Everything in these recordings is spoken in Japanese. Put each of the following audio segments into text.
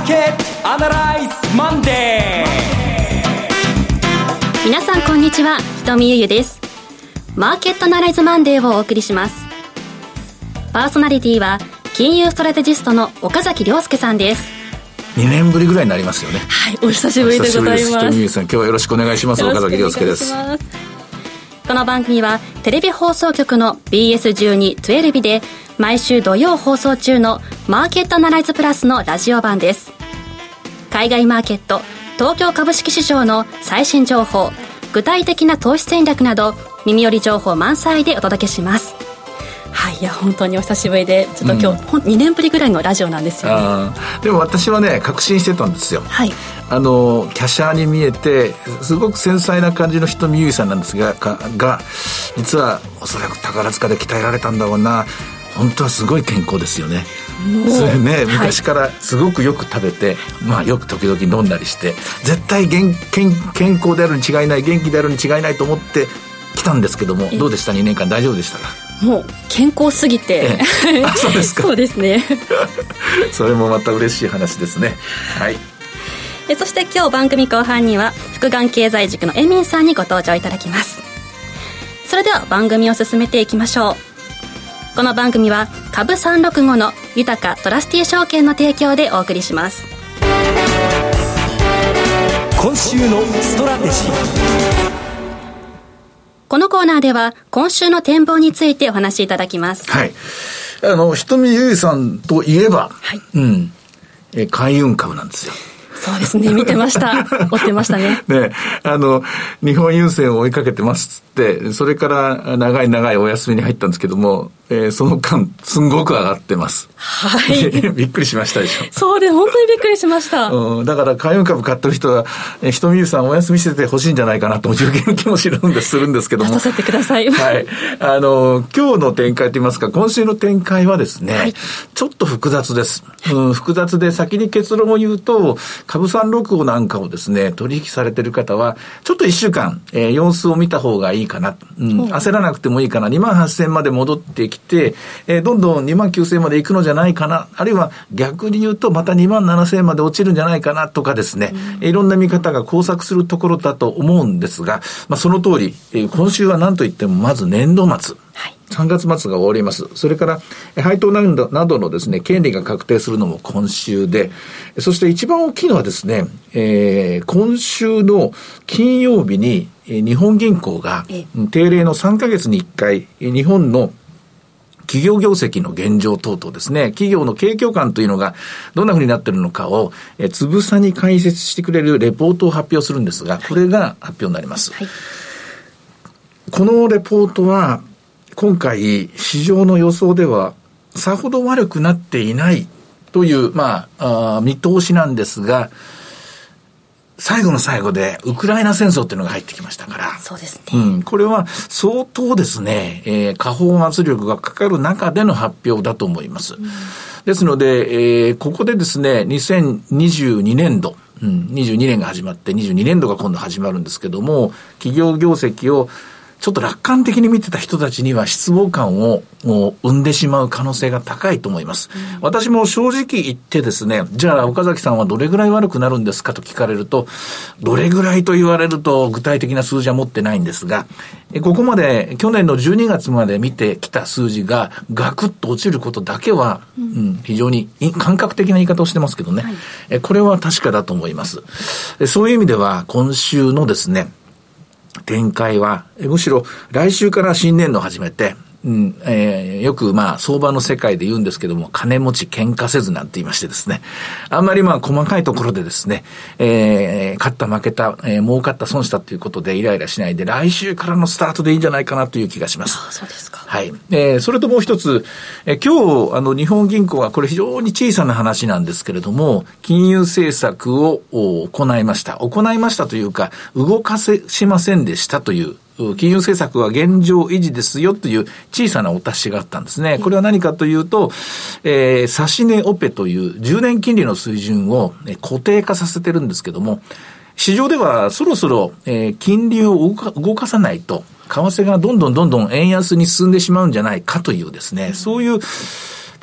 ーケットアナライズマンデー。皆さんこんにちは、ひとみゆゆです。マーケットアナライズマンデーをお送りします。パーソナリティは金融ストラテジストの岡崎亮介さんです。 2年ぶりぐらいになりますよね。 はい、お久しぶりでございます。 ひとみゆさん、今日はよろしくお願いします。岡崎亮介です。 この番組はテレビ放送局の BS12-12 で毎週土曜放送中のマーケットアナライズプラスのラジオ版です。海外マーケット、東京株式市場の最新情報、具体的な投資戦略など耳寄り情報満載でお届けします。はい、いや本当にお久しぶりで、ちょっと今日、2年ぶりぐらいのラジオなんですよね。 でも私はね、確信してたんですよ。 はい、 キャシャーに見えてすごく繊細な感じのひとみゆいさんなんですが実はおそらく宝塚で鍛えられたんだろうな。本当はすごい健康ですよね。それね、昔からすごくよく食べて、よく時々飲んだりして絶対健康であるに違いない、元気であるに違いないと思ってきたんですけども、どうでした？2年間大丈夫でしたか？ もう健康すぎてそうですか。 そうですねそれもまた嬉しい話ですね。はい。 そして今日番組後半には福眼経済塾のエミンさんにご登場いただきます。それでは番組を進めていきましょう。この番組は株365の豊かトラスティ証券の提供でお送りします。 今週のストラテジー。 このコーナーでは今週の展望についてお話しいただきます。 はい。ひとみゆいさんといえば、はい、海運株なんですよ。 そうですね、見てました追ってましたね。 ね、日本郵船を追いかけてますって、それから長いお休みに入ったんですけども、その間すんごく上がってます。 はい。 びっくりしましたでしょ。 そうで、本当にびっくりしました。 だから海運株買ってる人はひとみゆさんお休みしててほしいんじゃないかなという気もするんですけども。 待たせてください。 はい。今日の展開といいますか、今週の展開はですね、はい、ちょっと複雑です。複雑で、先に結論を言うと、株365なんかをですね、取引されてる方はちょっと1週間、様子を見た方がいいかな、焦らなくてもいいかな、28,000まで戻ってきて、どんどん29,000まで行くのじゃないかな、あるいは逆に言うとまた27,000まで落ちるんじゃないかなとかですね、いろんな見方が交錯するところだと思うんですが、その通り、今週は何といってもまず年度末、はい、3月末が終わります。それから配当などのですね、権利が確定するのも今週で、そして一番大きいのはですね、今週の金曜日に日本銀行が定例の3ヶ月に1回日本の企業業績の現状等々ですね、企業の景況感というのがどんな風になっているのかをつぶさに解説してくれるレポートを発表するんですが、これが発表になります。はい、このレポートは今回市場の予想ではさほど悪くなっていないという見通しなんですが、最後の最後でウクライナ戦争っていうのが入ってきましたから、 そうですね。 これは相当ですね、下方圧力がかかる中での発表だと思います。ですので、ここでですね、2022年度、22年が始まって22年度が今度始まるんですけども、企業業績をちょっと楽観的に見てた人たちには失望感を生んでしまう可能性が高いと思います。私も正直言ってですね、じゃあ岡崎さんはどれぐらい悪くなるんですかと聞かれると、どれぐらいと言われると具体的な数字は持ってないんですが、ここまで去年の12月まで見てきた数字がガクッと落ちることだけは、非常に感覚的な言い方をしてますけどね、はい、これは確かだと思います。そういう意味では今週のですね、展開はむしろ来週から新年度を始めて、よく相場の世界で言うんですけども、金持ち喧嘩せずなんて言いましてですね、あんまり細かいところでですね、勝った負けた、儲かった損したということでイライラしないで、来週からのスタートでいいんじゃないかなという気がします。 そうですか。 はい。それともう一つ、今日日本銀行はこれ非常に小さな話なんですけれども、金融政策を行いましたというか、動かしませんでしたという、金融政策は現状維持ですよという小さなお達しがあったんですね。これは何かというと、指値オペという10年金利の水準を固定化させてるんですけども、市場ではそろそろ金利を動かさないと為替がどんどん円安に進んでしまうんじゃないかというですね、そういうち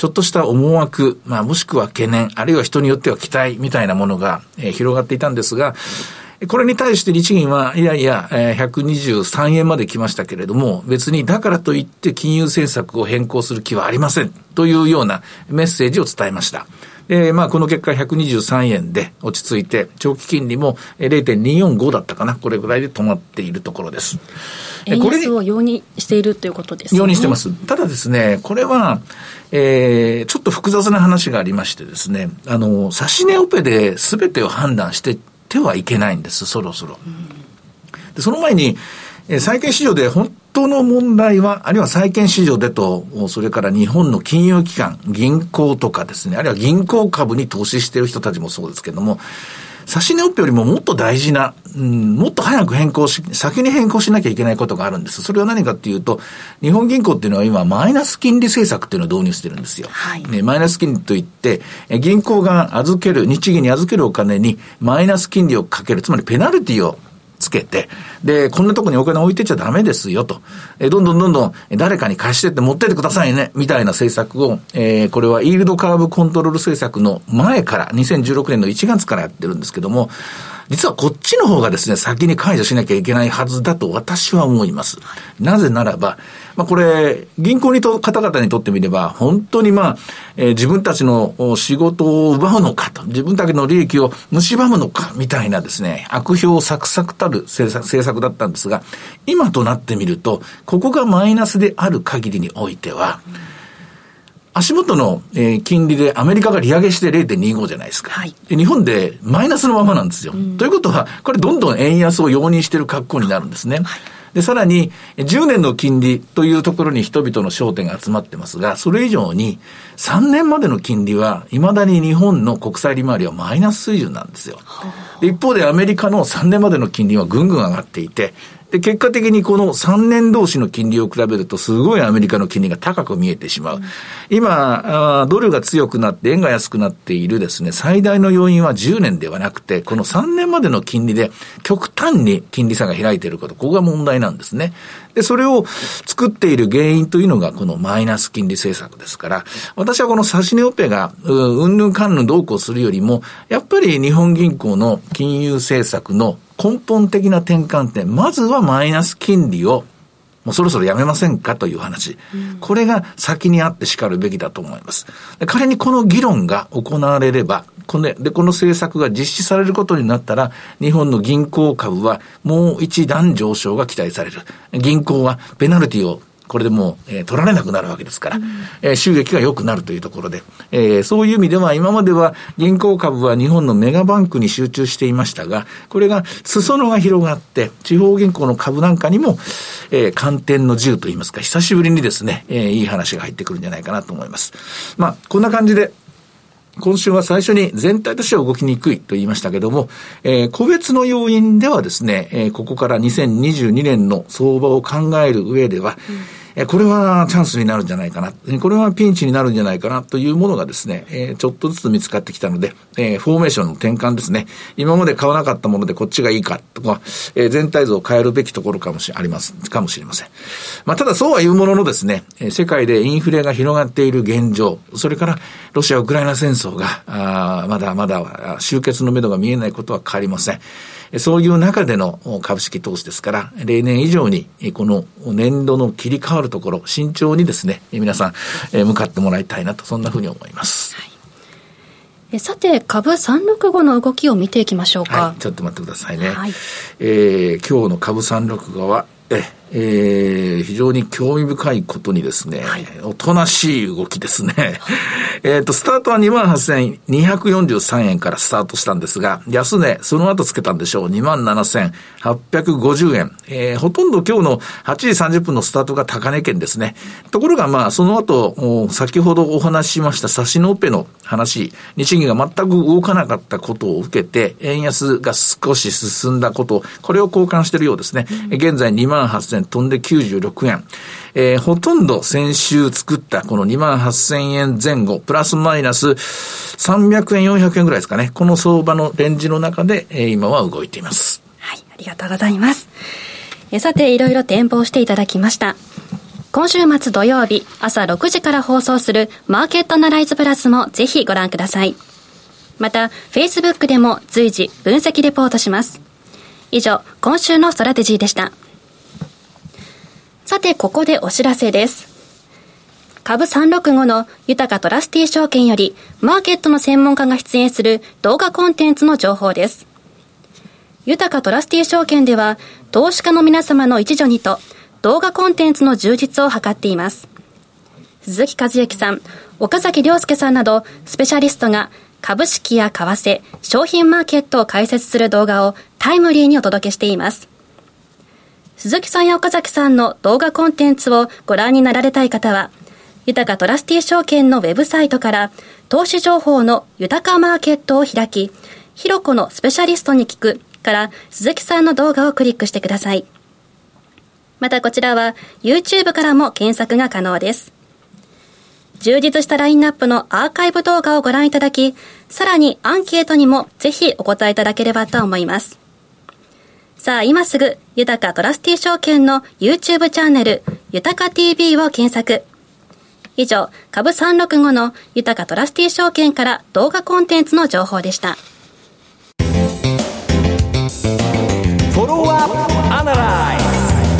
ちょっとした思惑、もしくは懸念、あるいは人によっては期待みたいなものが、広がっていたんですが、これに対して日銀は、123円まで来ましたけれども、別にだからといって金融政策を変更する気はありませんというようなメッセージを伝えました。この結果123円で落ち着いて、長期金利も 0.245 だったかな、これぐらいで止まっているところです。 円安を容認しているということですね。 容認してます。ただですね、これは、ちょっと複雑な話がありましてですね、指値オペで全てを判断しててはいけないんです、そろそろ。でその前に、債券市場で本当の問題は、あるいは債券市場でと、それから日本の金融機関、銀行とかですね、あるいは銀行株に投資している人たちもそうですけども、指値オペよりももっと大事な、もっと早く先に変更しなきゃいけないことがあるんです。それは何かっていうと、日本銀行っていうのは今マイナス金利政策っていうのを導入してるんですよ。はい。マイナス金利といって、銀行が日銀に預けるお金にマイナス金利をかける、つまりペナルティをつけて、で、こんなとこにお金置いてちゃダメですよと。どんどん誰かに貸してって持ってってくださいね、みたいな政策を、これはイールドカーブコントロール政策の前から、2016年の1月からやってるんですけども、実はこっちの方がですね、先に解除しなきゃいけないはずだと私は思います。なぜならば、これ、銀行方々にとってみれば、本当に自分たちの仕事を奪うのかと、自分たちの利益を蝕むのか、みたいなですね、悪評サクサクたる政策だったんですが、今となってみると、ここがマイナスである限りにおいては、足元の、金利でアメリカが利上げして 0.25 じゃないですか。はい、日本でマイナスのままなんですよ。ということは、これどんどん円安を容認している格好になるんですね。はい、で、さらに、10年の金利というところに人々の焦点が集まってますが、それ以上に、3年までの金利は、未だに日本の国債利回りはマイナス水準なんですよ。で、一方でアメリカの3年までの金利はぐんぐん上がっていて、で、結果的にこの3年同士の金利を比べるとすごいアメリカの金利が高く見えてしまう。今、ドルが強くなって円が安くなっているですね、最大の要因は10年ではなくて、この3年までの金利で極端に金利差が開いていること、ここが問題なんですね。で、それを作っている原因というのがこのマイナス金利政策ですから、私はこの指値オペが、うんぬんかんぬんどうこうするよりも、やっぱり日本銀行の金融政策の根本的な転換点、まずはマイナス金利をもうそろそろやめませんかという話。これが先にあってしかるべきだと思います。仮にこの議論が行われれば、この政策が実施されることになったら、日本の銀行株はもう一段上昇が期待される。銀行はペナルティをこれでもう、取られなくなるわけですから、収益が良くなるというところで、そういう意味では今までは銀行株は日本のメガバンクに集中していましたが、これが裾野が広がって地方銀行の株なんかにも、寒天の銃といいますか、久しぶりにですね、いい話が入ってくるんじゃないかなと思います。こんな感じで今週は最初に全体としては動きにくいと言いましたけども、個別の要因ではですね、ここから2022年の相場を考える上では、これはチャンスになるんじゃないかな。これはピンチになるんじゃないかなというものがですね、ちょっとずつ見つかってきたので、フォーメーションの転換ですね。今まで買わなかったものでこっちがいいかとか、全体像を変えるべきところかもしれません。ただそうは言うもののですね、世界でインフレが広がっている現状、それからロシア・ウクライナ戦争が、まだまだ終結の目処が見えないことは変わりません。そういう中での株式投資ですから、例年以上にこの年度の切り替わるところ、慎重にですね、皆さん向かってもらいたいなと、そんなふうに思います。 はい、さて、株365の動きを見ていきましょうか。 はい、ちょっと待ってくださいね。はい、今日の株365は、非常に興味深いことにですね、はい、おとなしい動きですね。スタートは 28,243 円からスタートしたんですが、安値、その後つけたんでしょう。27,850 円。ほとんど今日の8時30分のスタートが高値圏ですね。ところがその後、先ほどお話ししました指しのオペの話、日銀が全く動かなかったことを受けて、円安が少し進んだこと、これを交換しているようですね。現在28,000飛んで96円。ほとんど先週作ったこの 28,000 円前後、プラスマイナス300円、400円ぐらいですかね。この相場のレンジの中で、今は動いています。 はい、ありがとうございます。さて、いろいろ展望していただきました。 今週末土曜日朝6時から放送するマーケットアナライズプラスもぜひご覧ください。また Facebook でも随時分析レポートします。以上、今週のストラテジーでした。さて、ここでお知らせです。株365の豊かトラスティ証券よりマーケットの専門家が出演する動画コンテンツの情報です。豊かトラスティ証券では投資家の皆様の一助にと動画コンテンツの充実を図っています。鈴木和之さん、岡崎亮介さんなどスペシャリストが株式や為替、商品マーケットを解説する動画をタイムリーにお届けしています。鈴木さんや岡崎さんの動画コンテンツをご覧になられたい方は、豊かトラスティ証券のウェブサイトから投資情報の豊かマーケットを開き、ひろこのスペシャリストに聞くから鈴木さんの動画をクリックしてください。またこちらは YouTube からも検索が可能です。充実したラインナップのアーカイブ動画をご覧いただき、さらにアンケートにもぜひお答えいただければと思います。さあ今すぐ豊かトラスティ証券の YouTube チャンネル豊か TV を検索。以上、株365の豊かトラスティ証券から動画コンテンツの情報でした。 フォローアップアナライズ。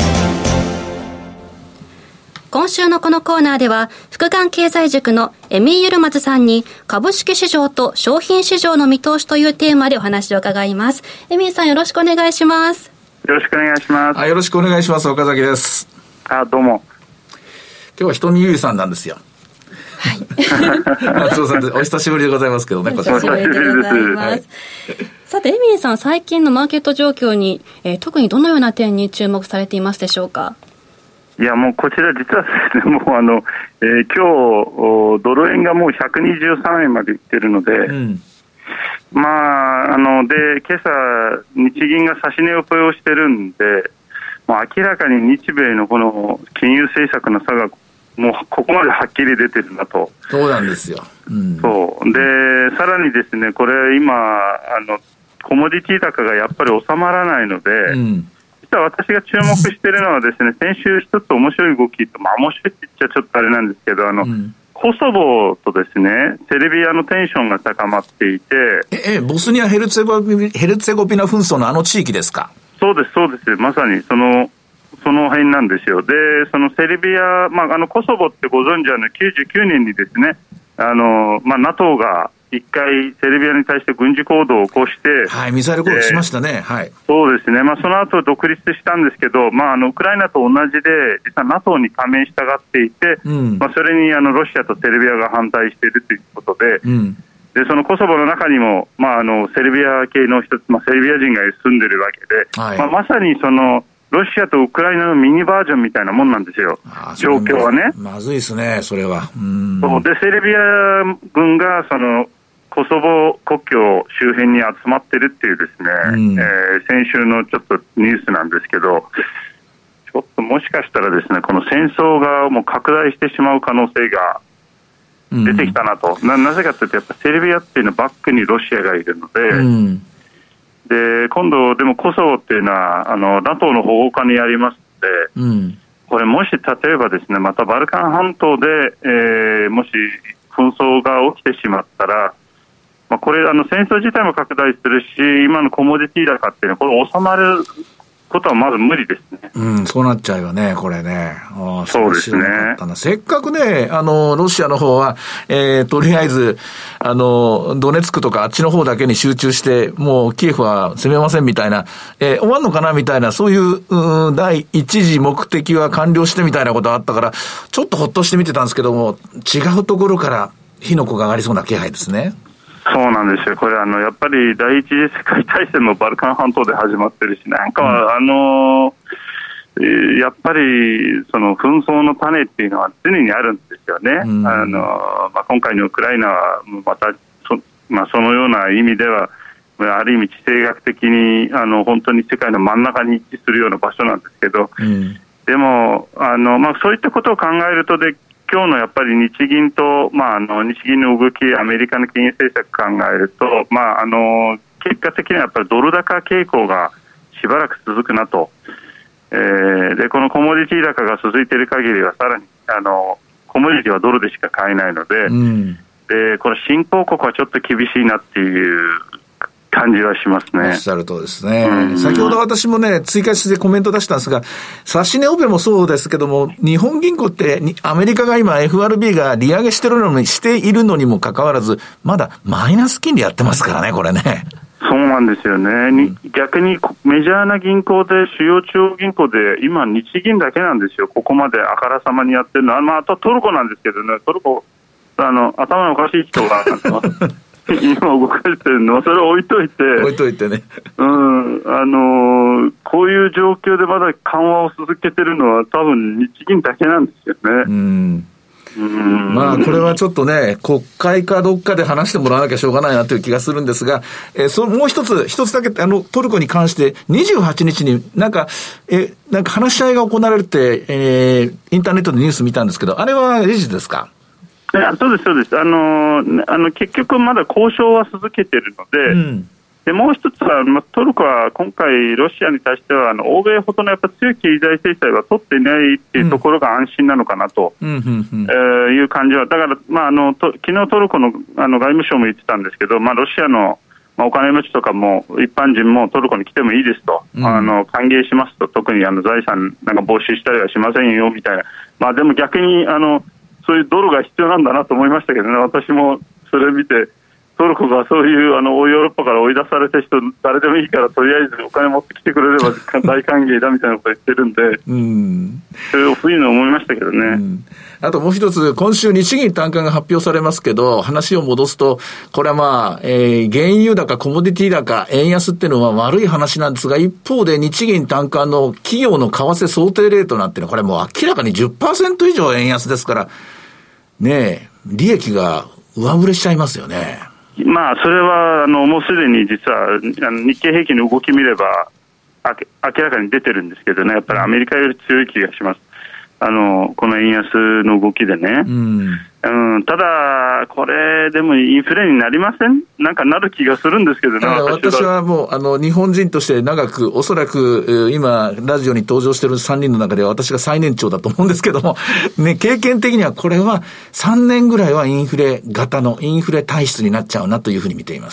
今週のこのコーナーでは福間経済塾のエミー・ユルマズさんに株式市場と商品市場の見通しというテーマでお話を伺います。エミーさん、よろしくお願いします。 よろしくお願いします。 よろしくお願いします。岡崎です。 どうも。 今日は瞳ゆりさんなんですよ。 はい。 松尾さん、お久しぶりでございますけどね。 お久しぶりでございます。はい、さて、エミーさん、最近のマーケット状況に、特にどのような点に注目されていますでしょうか。 いや、もうこちら実はですね、もう今日ドル円がもう123円までいってるので、で今朝日銀が指値を雇用してるんで、もう明らかに日米のこの金融政策の差がもうここまではっきり出てるなと。 そうなんですよ。 そうで、さらにですね、これ今コモディティ高がやっぱり収まらないので、実は私が注目しているのはですね、先週一つ面白い動きと、面白いって言っちゃちょっとあれなんですけど、コソボとですね、セルビアのテンションが高まっていて、 ボスニア・ヘルツェゴビナ紛争の地域ですか。 そうです、そうです。まさにその辺なんですよ。で、そのセルビア、コソボってご存知99年にですね、NATO が一回セルビアに対して軍事行動を起こして、 ミサイル攻撃しましたね。 そうですね。その後独立したんですけど、ウクライナと同じで、実は NATO に加盟したがっていて、それにロシアとセルビアが反対しているということで、でそのコソボの中にも、セルビア系の人、セルビア人が住んでるわけで、まさにそのロシアとウクライナのミニバージョンみたいなもんなんですよ、状況はね。 まずいですね、それは。 そうで、セルビア軍がそのコソボ国境周辺に集まってるっていうですね、先週のちょっとニュースなんですけど、ちょっともしかしたらですね、この戦争がもう拡大してしまう可能性が出てきたなと。なぜかというと、やっぱセルビアっていうのはバックにロシアがいるので、で今度でもコソボっていうのはNATO の保護下にありますので、これもし例えばですね、またバルカン半島で、もし紛争が起きてしまったら、これ戦争自体も拡大するし、今のコモディティ高っていうのはこれ収まることはまず無理ですね。 そうなっちゃうよね、これね。 そうですね。 せっかくね、ロシアの方は、とりあえず、ドネツクとかあっちの方だけに集中して、もうキエフは攻めませんみたいな、終わんのかなみたいな、そういう、第一次目的は完了してみたいなことがあったから、ちょっとほっとして見てたんですけども、違うところから火の粉が上がりそうな気配ですね。 そうなんですよ。これやっぱり第一次世界大戦もバルカン半島で始まってるし、なんかやっぱりその紛争の種っていうのは常にあるんですよね。今回のウクライナはまたそのような意味ではある意味地政学的に本当に世界の真ん中に位置するような場所なんですけど、でもそういったことを考えると今日のやっぱり日銀と、日銀の動き、アメリカの金融政策考えると、結果的にはやっぱりドル高傾向がしばらく続くなと。 でこのコモディティ高が続いている限りはさらにコモディティはドルでしか買えないので、でこの新興国はちょっと厳しいなっていう感じはしますね。 おっしゃるとですね。先ほど私もね、追加してコメント出したんですが、指し値オペもそうですけども、日本銀行ってアメリカが今 FRB が利上げしているのにもかかわらず、まだマイナス金利やってますからね、これね。 そうなんですよね。逆にメジャーな銀行で、主要中央銀行で今日銀だけなんですよ。ここまであからさまにやってるのは、あとトルコなんですけどね、トルコ頭のおかしい人が今動かしてるのは、それを置いといてね。 こういう状況でまだ緩和を続けてるのは多分日銀だけなんですよね。 まあこれはちょっとね、国会かどっかで話してもらわなきゃしょうがないなという気がするんですが、もう一つだけトルコに関して28日になんか話し合いが行われるって、インターネットでニュース見たんですけど、あれは事実ですか？ いや、そうです。結局まだ交渉は続けているので、でもう一つは、トルコは今回ロシアに対しては欧米ほどのやっぱ強い経済制裁は取っていないっていうところが安心なのかなという感じは、だから、昨日トルコの外務省も言ってたんですけど、ロシアのお金持ちとかも一般人もトルコに来てもいいですと、歓迎しますと、特に財産なんか没収したりはしませんよみたいな、でも逆にそういうドルが必要なんだなと思いましたけどね。私もそれを見て、トルコがそういうヨーロッパから追い出された人誰でもいいからとりあえずお金持ってきてくれれば大歓迎だみたいなこと言ってるんで、それを不意に思いましたけどね。 あともう一つ、今週日銀短観が発表されますけど、話を戻すと、これは原油高、コモディティ高、円安っていうのは悪い話なんですが、一方で日銀短観の企業の為替想定レートなんていうのは、これもう明らかに 10% 以上円安ですから、ねえ、利益が上振れしちゃいますよね。 それはもうすでに実は日経平均の動き見れば明らかに出てるんですけどね、やっぱりアメリカより強い気がします。この円安の動きでね。ただこれでもインフレになりません？なんかなる気がするんですけどね。 私はもう日本人として長く、おそらく今ラジオに登場している3人の中では私が最年長だと思うんですけどもね、経験的にはこれは3年ぐらいはインフレ型のインフレ体質になっちゃうなというふうに見ています。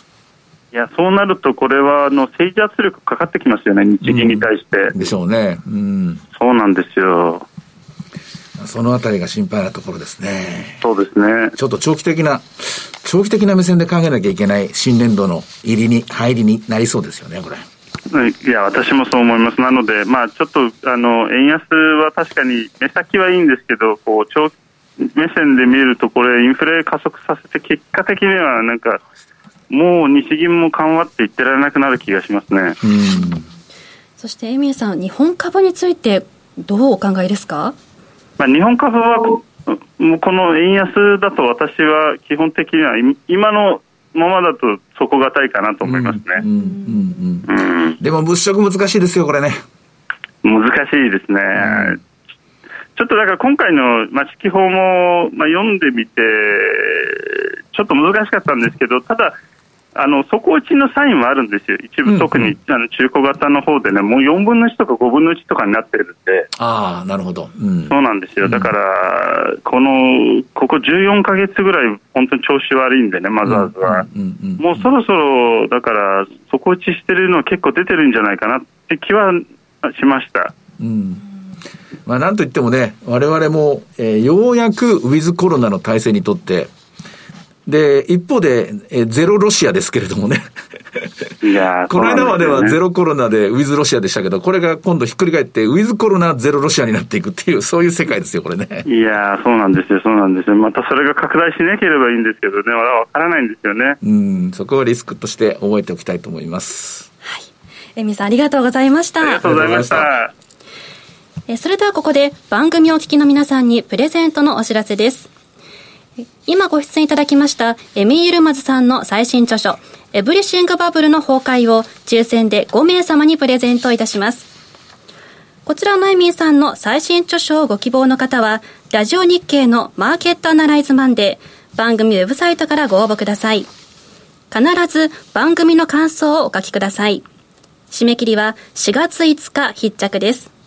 いや、そうなるとこれは政治圧力かかってきますよね、日銀に対して。 でしょうね。 そうなんですよ。 そのあたりが心配なところですね。 そうですね。 ちょっと長期的な目線で考えなきゃいけない新年度の入りになりそうですよね、これ。 いや、私もそう思います。なので、ちょっと円安は確かに目先はいいんですけど、長期目線で見るとこれインフレ加速させて、結果的にはなんかもう日銀も緩和って言ってられなくなる気がしますね。 そしてエミーさん、日本株についてどうお考えですか？ 日本株はもうこの円安だと私は基本的には今のままだと底堅いかなと思いますね。 でも物色難しいですよ、これね。 難しいですね。ちょっとだから今回の地期報も読んでみてちょっと難しかったんですけど、ただ底打ちのサインもあるんですよ。一部、特に中古型の方でね、もう4分の1とか5分の1とかになってるんで。 なるほど。 そうなんですよ。だからここ14ヶ月ぐらい本当に調子悪いんでね、マザーズは。もうそろそろだから底打ちしてるのは結構出てるんじゃないかなって気はしました。 なんといってもね、我々も、ようやくウィズコロナの体制にとってで、一方で、ゼロロシアですけれどもね。 いやこの間まではゼロコロナでウィズロシアでしたけど、これが今度ひっくり返ってウィズコロナゼロロシアになっていくっていう、そういう世界ですよ、これね。 いやそうなんですよ。またそれが拡大しなければいいんですけどね、まだわからないんですよね。 そこはリスクとして覚えておきたいと思います。 はい。エミさん、ありがとうございました。 ありがとうございました。 それではここで番組をお聞きの皆さんにプレゼントのお知らせです。今ご出演いただきましたエミー・ユルマズさんの最新著書エブリシングバブルの崩壊を抽選で5名様にプレゼントいたします。こちらのエミーさんの最新著書をご希望の方はラジオ日経のマーケットアナライズマンデー番組ウェブサイトからご応募ください。必ず番組の感想をお書きください。締め切りは4月5日必着です。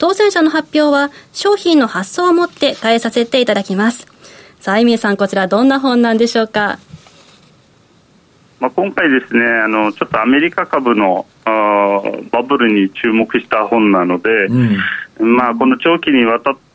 当選者の発表は商品の発送をもって返させていただきます。さあ、エミーさん、こちらどんな本なんでしょうか？ 今回ですね、ちょっとアメリカ株のバブルに注目した本なので、この長期にわたった、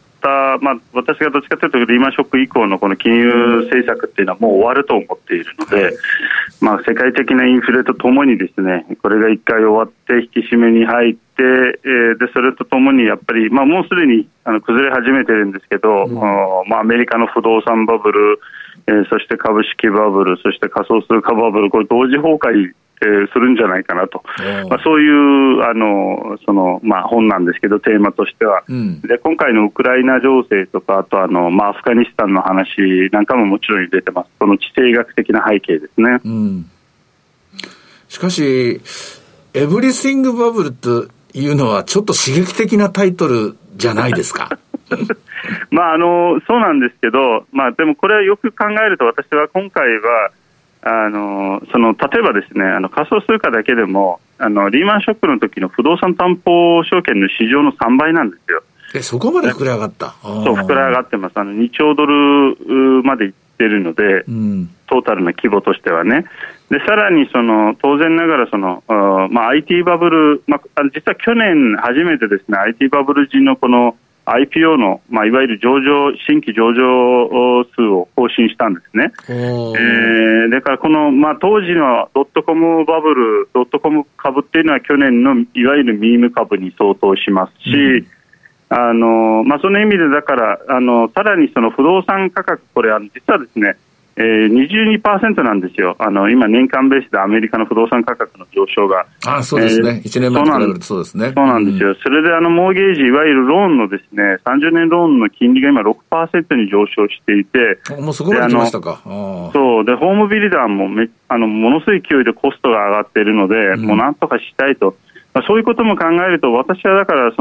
私がどっちかというとリーマンショック以降のこの金融政策っていうのはもう終わると思っているので、世界的なインフレとともにですね、これが一回終わって引き締めに入って、でそれとともにやっぱり、もうすでに崩れ始めてるんですけど、アメリカの不動産バブル、そして株式バブル、そして仮想通貨バブル、これ同時崩壊するんじゃないかなと、そういう本なんですけど、テーマとしては、で今回のウクライナ情勢とか、あとアフガニスタンの話なんかももちろん出てます。その地政学的な背景ですね。 しかしエブリシングバブルというのはちょっと刺激的なタイトルじゃないですか？ そうなんですけど、でもこれはよく考えると、私は今回は例えばですね、仮想通貨だけでもリーマンショックの時の不動産担保証券の市場の3倍なんですよ。 そこまで膨れ上がった？ そう、膨れ上がってます。2兆ドルまでいってるので、トータルの規模としてはね。でさらに当然ながらIT バブル、実は去年初めてですね、 IT バブル時のこのIPO の、いわゆる新規上場数を更新したんですね。だからこの、当時のドットコムバブル、ドットコム株っていうのは去年のいわゆるミーム株に相当しますし、その意味でだからさらにその不動産価格、これ実はですね、22% なんですよ。今年間ベースでアメリカの不動産価格の上昇が。 そうですね。1年前と比べるとそうですね。 そうなんですよ。それでモーゲージ、いわゆるローンのですね、30年ローンの金利が今 6% に上昇していて。 もうそこまで来ましたか。 そう。で、ホームビルダーもものすごい勢いでコストが上がっているので、もうなんとかしたいと。そういうことも考えると、私はだから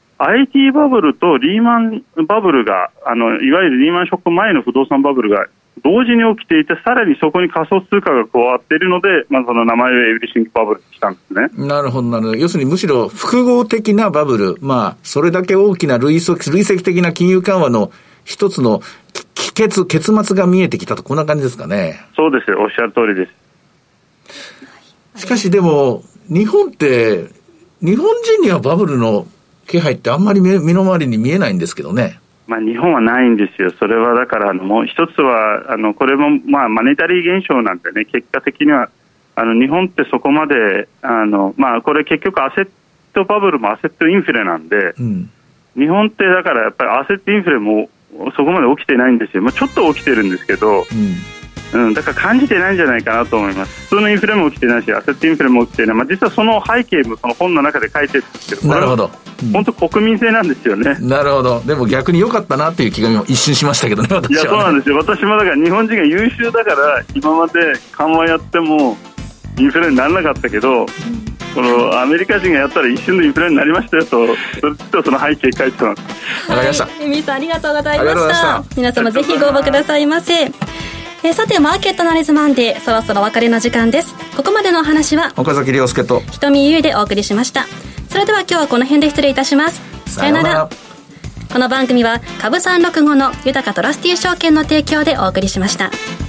IT バブルとリーマンバブルが、いわゆるリーマンショック前の不動産バブルが同時に起きていて、さらにそこに仮想通貨が加わっているので、その名前をエブリシングバブルにしたんですね。なるほど、 なるほど。要するにむしろ複合的なバブル、それだけ大きな累積的な金融緩和の一つの結末が見えてきたと、こんな感じですかね。 そうです。おっしゃる通りです。 しかしでも、日本人にはバブルの気配ってあんまり身の回りに見えないんですけどね。 日本はないんですよ。それはだからもう一つはこれもマネタリー現象なんでね、結果的には日本ってそこまでこれ結局アセットバブルもアセットインフレなんで、日本ってだからやっぱりアセットインフレもそこまで起きてないんですよ。ちょっと起きてるんですけど、だから感じてないんじゃないかなと思います。普通のインフレも起きてないし、アセットインフレも起きてない。実はその背景もその本の中で書いてるんですけど、 なるほど。 本当国民性なんですよね。 なるほど。でも逆に良かったなっていう気が一瞬しましたけどね、私はね。 いや、そうなんですよ。私もだから日本人が優秀だから今まで緩和やってもインフレにならなかったけど、このアメリカ人がやったら一瞬でインフレになりましたよと、その背景書いてます。 わかりました。 エミさんありがとうございました。皆様ぜひご応募くださいませ。さて、マーケットナレズマンデー、そろそろお別れの時間です。ここまでのお話は岡崎亮介と瞳優でお送りしました。それでは今日はこの辺で失礼いたします。さよなら。この番組は株365の豊かトラスティー証券の提供でお送りしました。